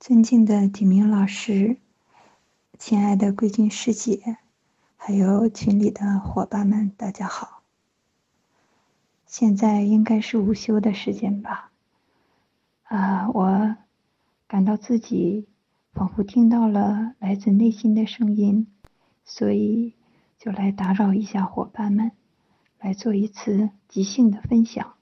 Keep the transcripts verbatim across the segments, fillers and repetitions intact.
尊敬的景明老师，亲爱的贵君师姐，还有群里的伙伴们，大家好。现在应该是午休的时间吧？啊，我感到自己仿佛听到了来自内心的声音，所以就来打扰一下伙伴们，来做一次即兴的分享。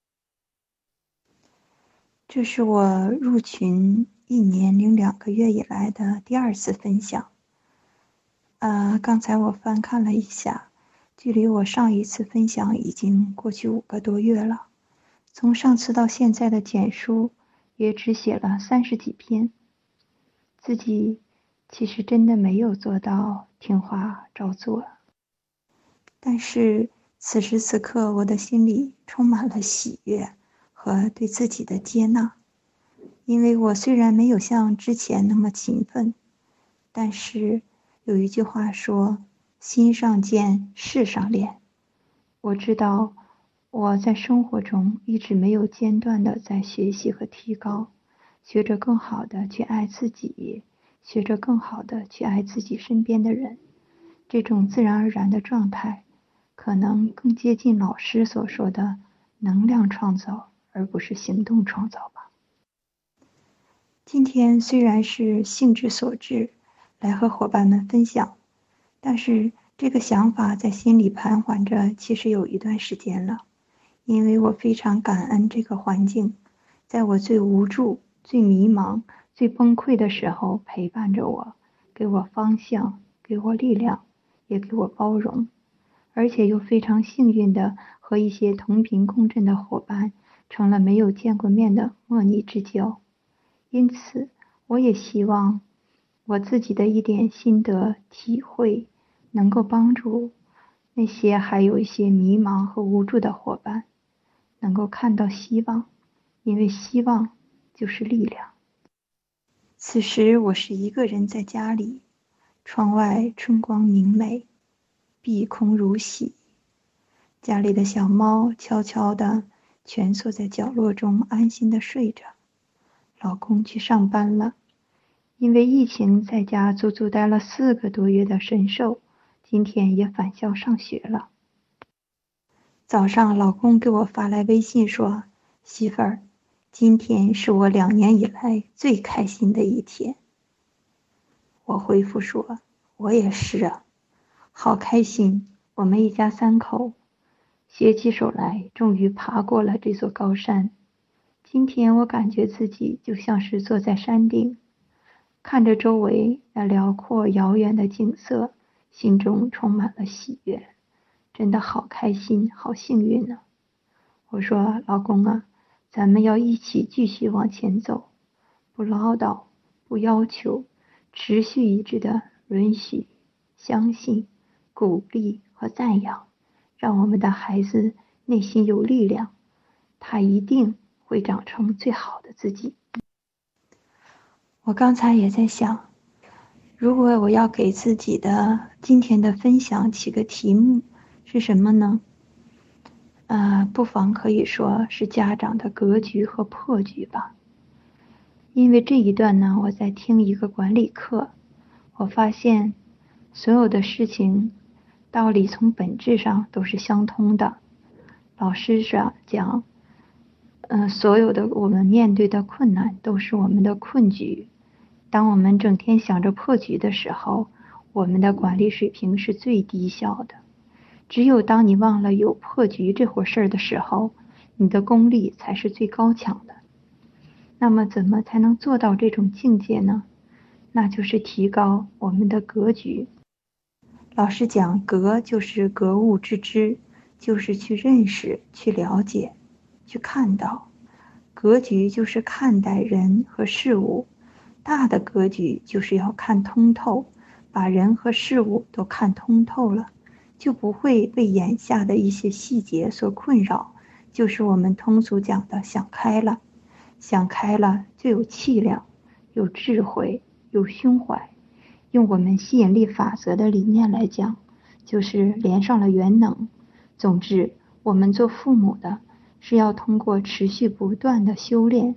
这是我入群一年零两个月以来的第二次分享。呃，刚才我翻看了一下，距离我上一次分享已经过去五个多月了。从上次到现在的简书也只写了三十几篇。自己其实真的没有做到听话照做，但是此时此刻我的心里充满了喜悦和对自己的接纳。因为我虽然没有像之前那么勤奋，但是有一句话说心上见事上练。我知道我在生活中一直没有间断的在学习和提高，学着更好的去爱自己，学着更好的去爱自己身边的人。这种自然而然的状态可能更接近老师所说的能量创造，而不是行动创造吧。今天虽然是兴致所致来和伙伴们分享，但是这个想法在心里盘桓着其实有一段时间了。因为我非常感恩这个环境，在我最无助、最迷茫、最崩溃的时候陪伴着我，给我方向，给我力量，也给我包容，而且又非常幸运的和一些同频共振的伙伴成了没有见过面的莫逆之交。因此我也希望我自己的一点心得体会能够帮助那些还有一些迷茫和无助的伙伴能够看到希望，因为希望就是力量。此时我是一个人在家里，窗外春光明媚，碧空如洗，家里的小猫悄悄地蜷缩在角落中安心地睡着。老公去上班了，因为疫情在家足足待了四个多月的神兽，今天也返校上学了。早上老公给我发来微信说，媳妇儿，今天是我两年以来最开心的一天。我回复说，我也是啊，好开心，我们一家三口携起手来，终于爬过了这座高山。今天我感觉自己就像是坐在山顶，看着周围那辽阔遥远的景色，心中充满了喜悦，真的好开心，好幸运呢。我说，老公啊，咱们要一起继续往前走，不唠叨，不要求，持续一致的允许、相信、鼓励和赞扬，让我们的孩子内心有力量，他一定会长成最好的自己。我刚才也在想，如果我要给自己的今天的分享起个题目是什么呢？呃，不妨可以说是家长的格局和破局吧。因为这一段呢，我在听一个管理课，我发现所有的事情道理从本质上都是相通的。老师上讲，呃，所有的我们面对的困难都是我们的困局。当我们整天想着破局的时候，我们的管理水平是最低效的。只有当你忘了有破局这回事的时候，你的功力才是最高强的。那么怎么才能做到这种境界呢？那就是提高我们的格局。老师讲，格就是格物致知，就是去认识、去了解、去看到。格局就是看待人和事物，大的格局就是要看通透，把人和事物都看通透了，就不会被眼下的一些细节所困扰，就是我们通俗讲的想开了。想开了就有气量，有智慧，有胸怀。用我们吸引力法则的理念来讲，就是连上了元能。总之，我们做父母的是要通过持续不断的修炼，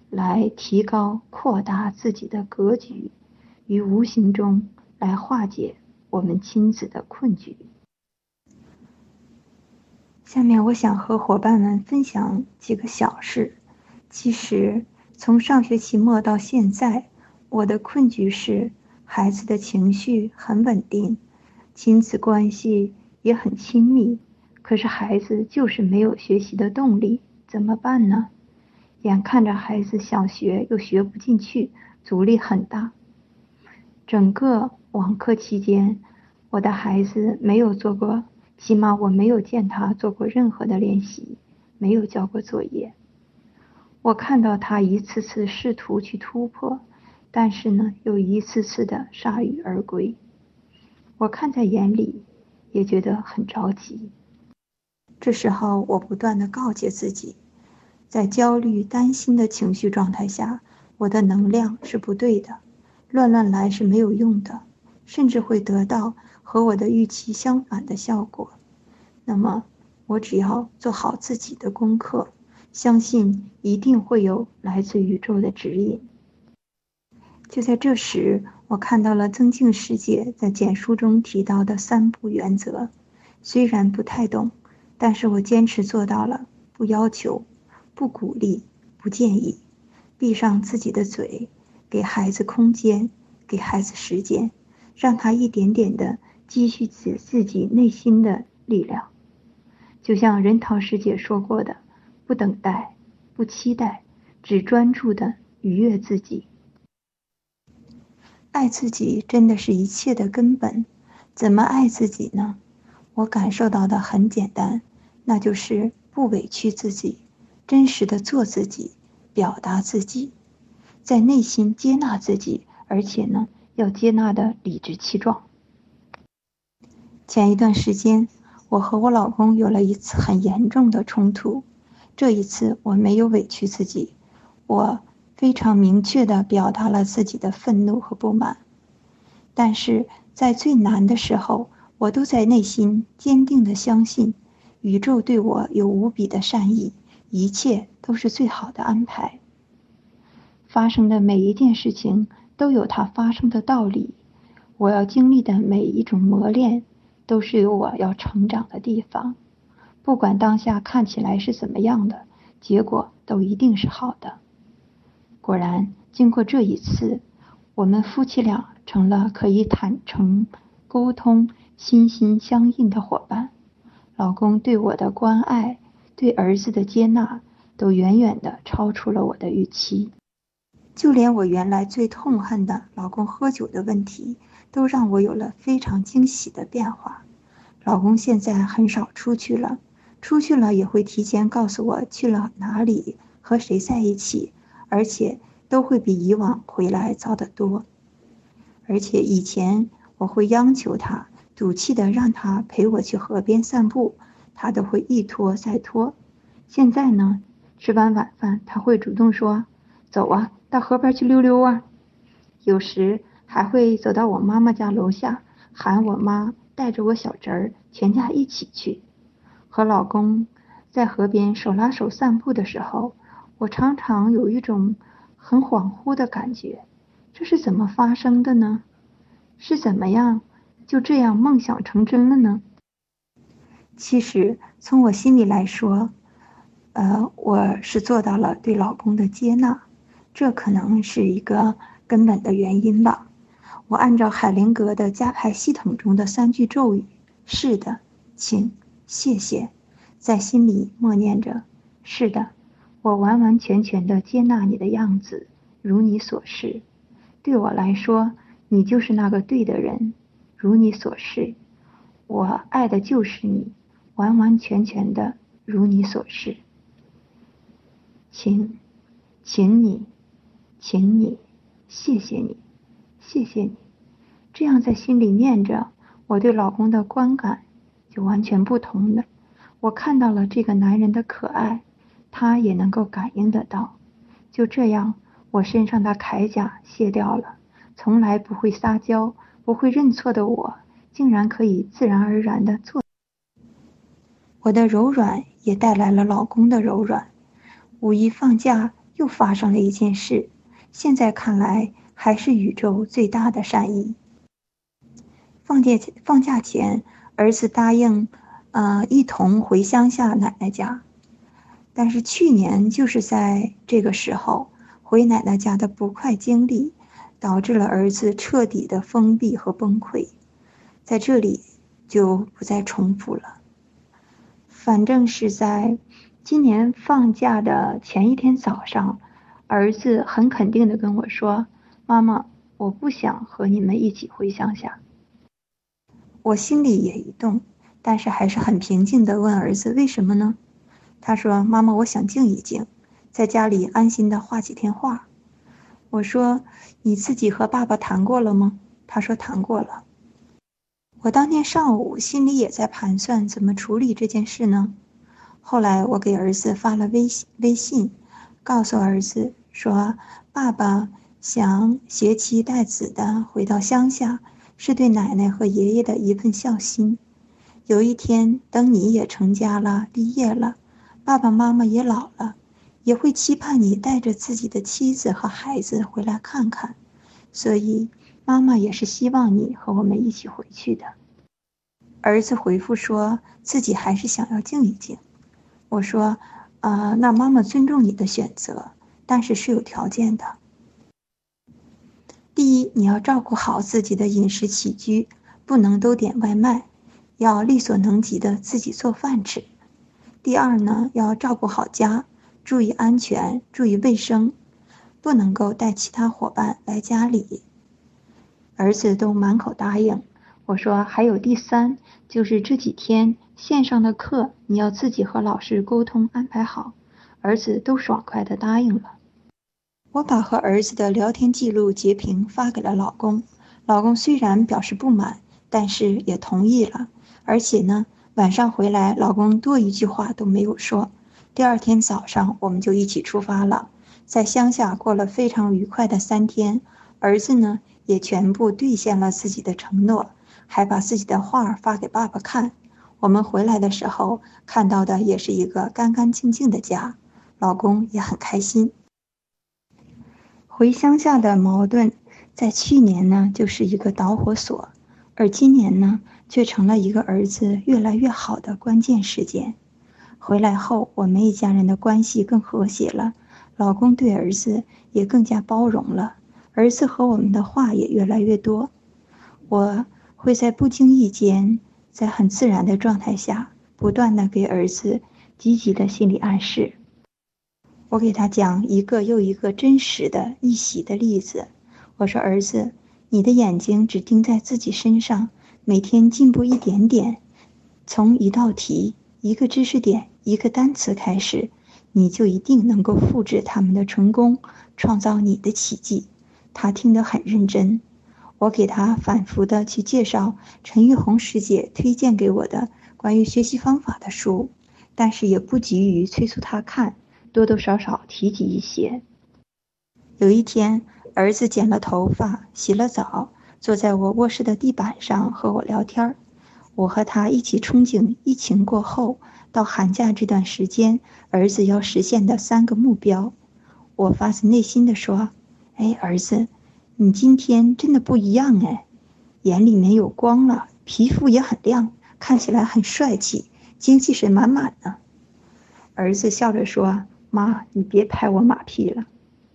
来提高、扩大自己的格局，于无形中来化解我们亲子的困局。下面我想和伙伴们分享几个小事。其实从上学期末到现在，我的困局是孩子的情绪很稳定，亲子关系也很亲密，可是孩子就是没有学习的动力，怎么办呢？眼看着孩子想学又学不进去，阻力很大。整个网课期间，我的孩子没有做过，起码我没有见他做过任何的练习，没有交过作业。我看到他一次次试图去突破，但是呢，又一次次的铩羽而归。我看在眼里，也觉得很着急。这时候，我不断的告诫自己，在焦虑、担心的情绪状态下，我的能量是不对的，乱乱来是没有用的，甚至会得到和我的预期相反的效果。那么，我只要做好自己的功课，相信一定会有来自宇宙的指引。就在这时，我看到了增进世界在简书中提到的三不原则，虽然不太懂，但是我坚持做到了：不要求，不鼓励，不建议，闭上自己的嘴，给孩子空间，给孩子时间，让他一点点的积蓄起自己内心的力量。就像任陶师姐说过的，不等待，不期待，只专注的愉悦自己。爱自己真的是一切的根本。怎么爱自己呢？我感受到的很简单，那就是不委屈自己，真实的做自己，表达自己，在内心接纳自己，而且呢，要接纳的理直气壮。前一段时间，我和我老公有了一次很严重的冲突。这一次我没有委屈自己，我非常明确地表达了自己的愤怒和不满。但是在最难的时候，我都在内心坚定地相信，宇宙对我有无比的善意，一切都是最好的安排。发生的每一件事情都有它发生的道理，我要经历的每一种磨练，都是有我要成长的地方。不管当下看起来是怎么样的，结果都一定是好的。果然，经过这一次，我们夫妻俩成了可以坦诚沟通、心心相印的伙伴。老公对我的关爱，对儿子的接纳，都远远地超出了我的预期。就连我原来最痛恨的老公喝酒的问题，都让我有了非常惊喜的变化。老公现在很少出去了，出去了也会提前告诉我去了哪里，和谁在一起，而且都会比以往回来早得多。而且以前我会央求他，赌气的让他陪我去河边散步，他都会一拖再拖。现在呢，吃完晚饭他会主动说，走啊，到河边去溜溜啊。有时还会走到我妈妈家楼下，喊我妈带着我小侄儿全家一起去。和老公在河边手拉手散步的时候，我常常有一种很恍惚的感觉，这是怎么发生的呢？是怎么样就这样梦想成真了呢？其实从我心里来说，呃，我是做到了对老公的接纳，这可能是一个根本的原因吧。我按照海灵格的加牌系统中的三句咒语，是的，请，谢谢，在心里默念着，是的，我完完全全的接纳你的样子，如你所示。对我来说，你就是那个对的人，如你所示。我爱的就是你，完完全全的如你所示。请，请你，请你，谢谢你，谢谢你。这样在心里念着，我对老公的观感就完全不同了。我看到了这个男人的可爱，他也能够感应得到。就这样，我身上的铠甲卸掉了，从来不会撒娇、不会认错的我，竟然可以自然而然地做。我的柔软也带来了老公的柔软。五一放假， 又发生了一件事，现在看来还是宇宙最大的善意。放假放假前，儿子答应，呃，一同回乡下奶奶家。但是去年就是在这个时候，回奶奶家的不快经历，导致了儿子彻底的封闭和崩溃。在这里就不再重复了。反正是在今年放假的前一天早上，儿子很肯定地跟我说：“妈妈，我不想和你们一起回乡下。”我心里也一动，但是还是很平静地问儿子：“为什么呢？”他说：“妈妈，我想静一静，在家里安心的画几天画。”我说：“你自己和爸爸谈过了吗？”他说：“谈过了。”我当天上午心里也在盘算怎么处理这件事呢。后来我给儿子发了微信，微信告诉儿子说：“爸爸想携妻带子的回到乡下，是对奶奶和爷爷的一份孝心。有一天，等你也成家了，毕业了，爸爸妈妈也老了，也会期盼你带着自己的妻子和孩子回来看看。所以，妈妈也是希望你和我们一起回去的。”儿子回复说自己还是想要静一静。我说：“呃，那妈妈尊重你的选择，但是是有条件的。第一，你要照顾好自己的饮食起居，不能都点外卖，要力所能及的自己做饭吃。第二呢，要照顾好家，注意安全，注意卫生，不能够带其他伙伴来家里。”儿子都满口答应。我说还有第三，就是这几天线上的课你要自己和老师沟通安排好。儿子都爽快地答应了。我把和儿子的聊天记录截屏发给了老公，老公虽然表示不满，但是也同意了。而且呢，晚上回来老公多一句话都没有说。第二天早上我们就一起出发了，在乡下过了非常愉快的三天。儿子呢也全部兑现了自己的承诺，还把自己的画发给爸爸看。我们回来的时候看到的也是一个干干净净的家，老公也很开心。回乡下的矛盾在去年呢就是一个导火索，而今年呢却成了一个儿子越来越好的关键事件。回来后我们一家人的关系更和谐了，老公对儿子也更加包容了，儿子和我们的话也越来越多。我会在不经意间，在很自然的状态下，不断的给儿子积极的心理暗示。我给他讲一个又一个真实的一喜的例子。我说：“儿子，你的眼睛只盯在自己身上，每天进步一点点，从一道题、一个知识点、一个单词开始，你就一定能够复制他们的成功，创造你的奇迹。”他听得很认真。我给他反复的去介绍陈玉红师姐推荐给我的关于学习方法的书，但是也不急于催促他看，多多少少提及一些。有一天，儿子剪了头发，洗了澡，坐在我卧室的地板上和我聊天。我和他一起憧憬疫情过后到寒假这段时间儿子要实现的三个目标。我发自内心的说：“哎，儿子，你今天真的不一样哎，眼里面有光了，皮肤也很亮，看起来很帅气，精气神满满呢。”儿子笑着说：“妈，你别拍我马屁了。”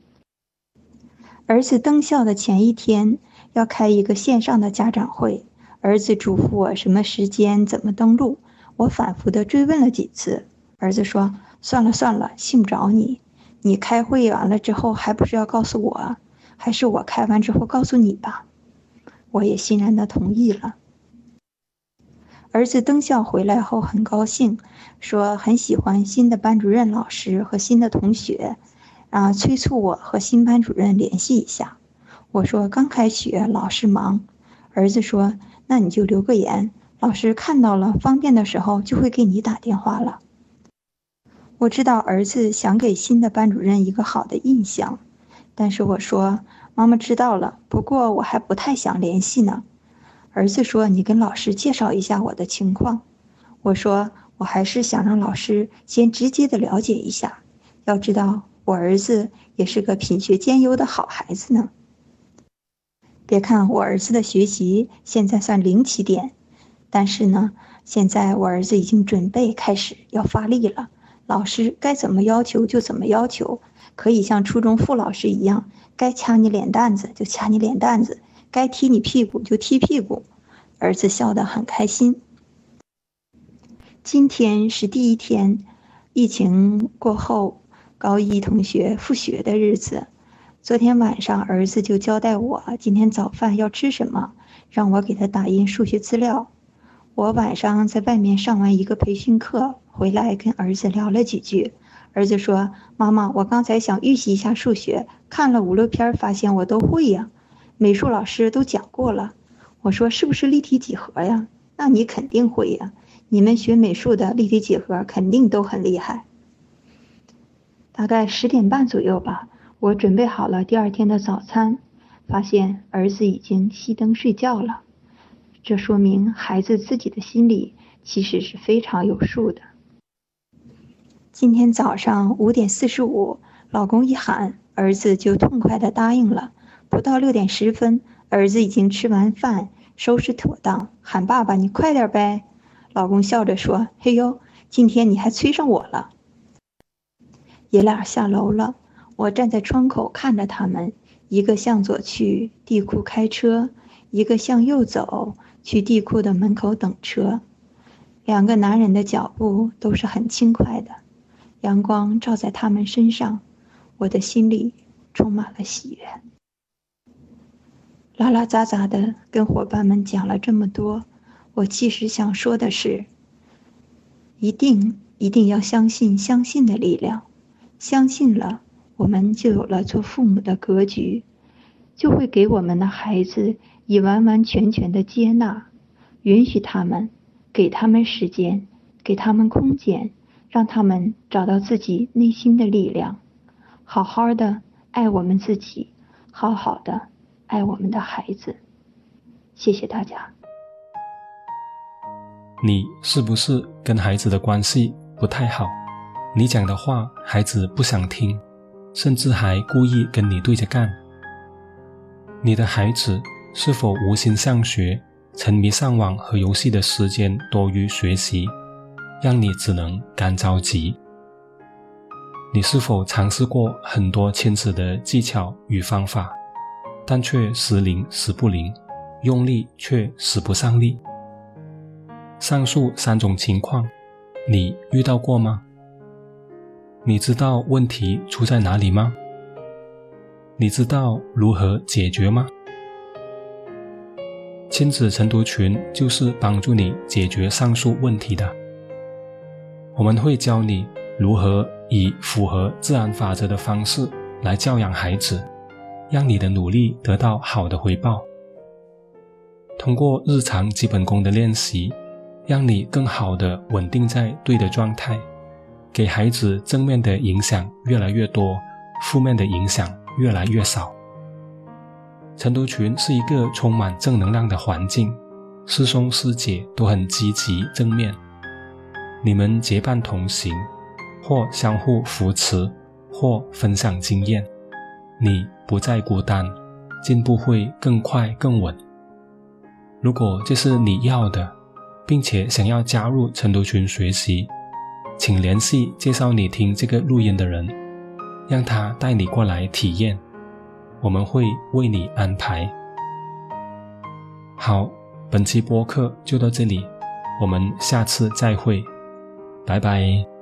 儿子登校的前一天要开一个线上的家长会，儿子嘱咐我什么时间怎么登录，我反复的追问了几次。儿子说：“算了算了，信不着你，你开会完了之后还不是要告诉我，还是我开完之后告诉你吧。”我也欣然的同意了。儿子登校回来后很高兴，说很喜欢新的班主任老师和新的同学，啊，催促我和新班主任联系一下。我说刚开学，老师忙。儿子说：“那你就留个言，老师看到了，方便的时候就会给你打电话了。”我知道儿子想给新的班主任一个好的印象，但是我说：“妈妈知道了，不过我还不太想联系呢。”儿子说：“你跟老师介绍一下我的情况。”我说：“我还是想让老师先直接的了解一下，要知道我儿子也是个品学兼优的好孩子呢。别看我儿子的学习现在算零起点，但是呢，现在我儿子已经准备开始要发力了。老师该怎么要求就怎么要求，可以像初中副老师一样，该掐你脸蛋子就掐你脸蛋子，该踢你屁股就踢屁股。儿子笑得很开心。今天是第一天，疫情过后，高一同学复学的日子。昨天晚上，儿子就交代我今天早饭要吃什么，让我给他打印数学资料。我晚上在外面上完一个培训课，回来跟儿子聊了几句。儿子说：“妈妈，我刚才想预习一下数学，看了五六篇，发现我都会呀。美术老师都讲过了。”我说：“是不是立体几何呀？那你肯定会呀，你们学美术的立体几何肯定都很厉害。”大概十点半左右吧，我准备好了第二天的早餐，发现儿子已经熄灯睡觉了。这说明孩子自己的心里其实是非常有数的。今天早上五点四十五，老公一喊，儿子就痛快地答应了。不到六点十分，儿子已经吃完饭，收拾妥当，喊爸爸：“你快点呗！”老公笑着说：“嘿呦，今天你还催上我了。”爷俩下楼了，我站在窗口看着他们，一个向左去地库开车，一个向右走去地库的门口等车。两个男人的脚步都是很轻快的，阳光照在他们身上，我的心里充满了喜悦。拉拉杂杂的跟伙伴们讲了这么多，我其实想说的是，一定一定要相信相信的力量，相信了，我们就有了做父母的格局，就会给我们的孩子以完完全全的接纳，允许他们，给他们时间，给他们空间，让他们找到自己内心的力量，好好的爱我们自己，好好的爱我们的孩子。谢谢大家。 你是不是跟孩子的关系不太好？你讲的话孩子不想听，甚至还故意跟你对着干。你的孩子是否无心上学，沉迷上网和游戏的时间多于学习，让你只能干着急？你是否尝试过很多亲子的技巧与方法，但却时灵时不灵，用力却使不上力？上述三种情况，你遇到过吗？你知道问题出在哪里吗？你知道如何解决吗？亲子晨读群就是帮助你解决上述问题的。我们会教你如何以符合自然法则的方式来教养孩子，让你的努力得到好的回报。通过日常基本功的练习，让你更好地稳定在对的状态，给孩子正面的影响越来越多，负面的影响越来越少。晨读群是一个充满正能量的环境，师兄师姐都很积极正面，你们结伴同行，或相互扶持，或分享经验，你不再孤单，进步会更快更稳。如果这是你要的，并且想要加入晨读群学习，请联系介绍你听这个录音的人，让他带你过来体验，我们会为你安排。好，本期播客就到这里，我们下次再会，拜拜。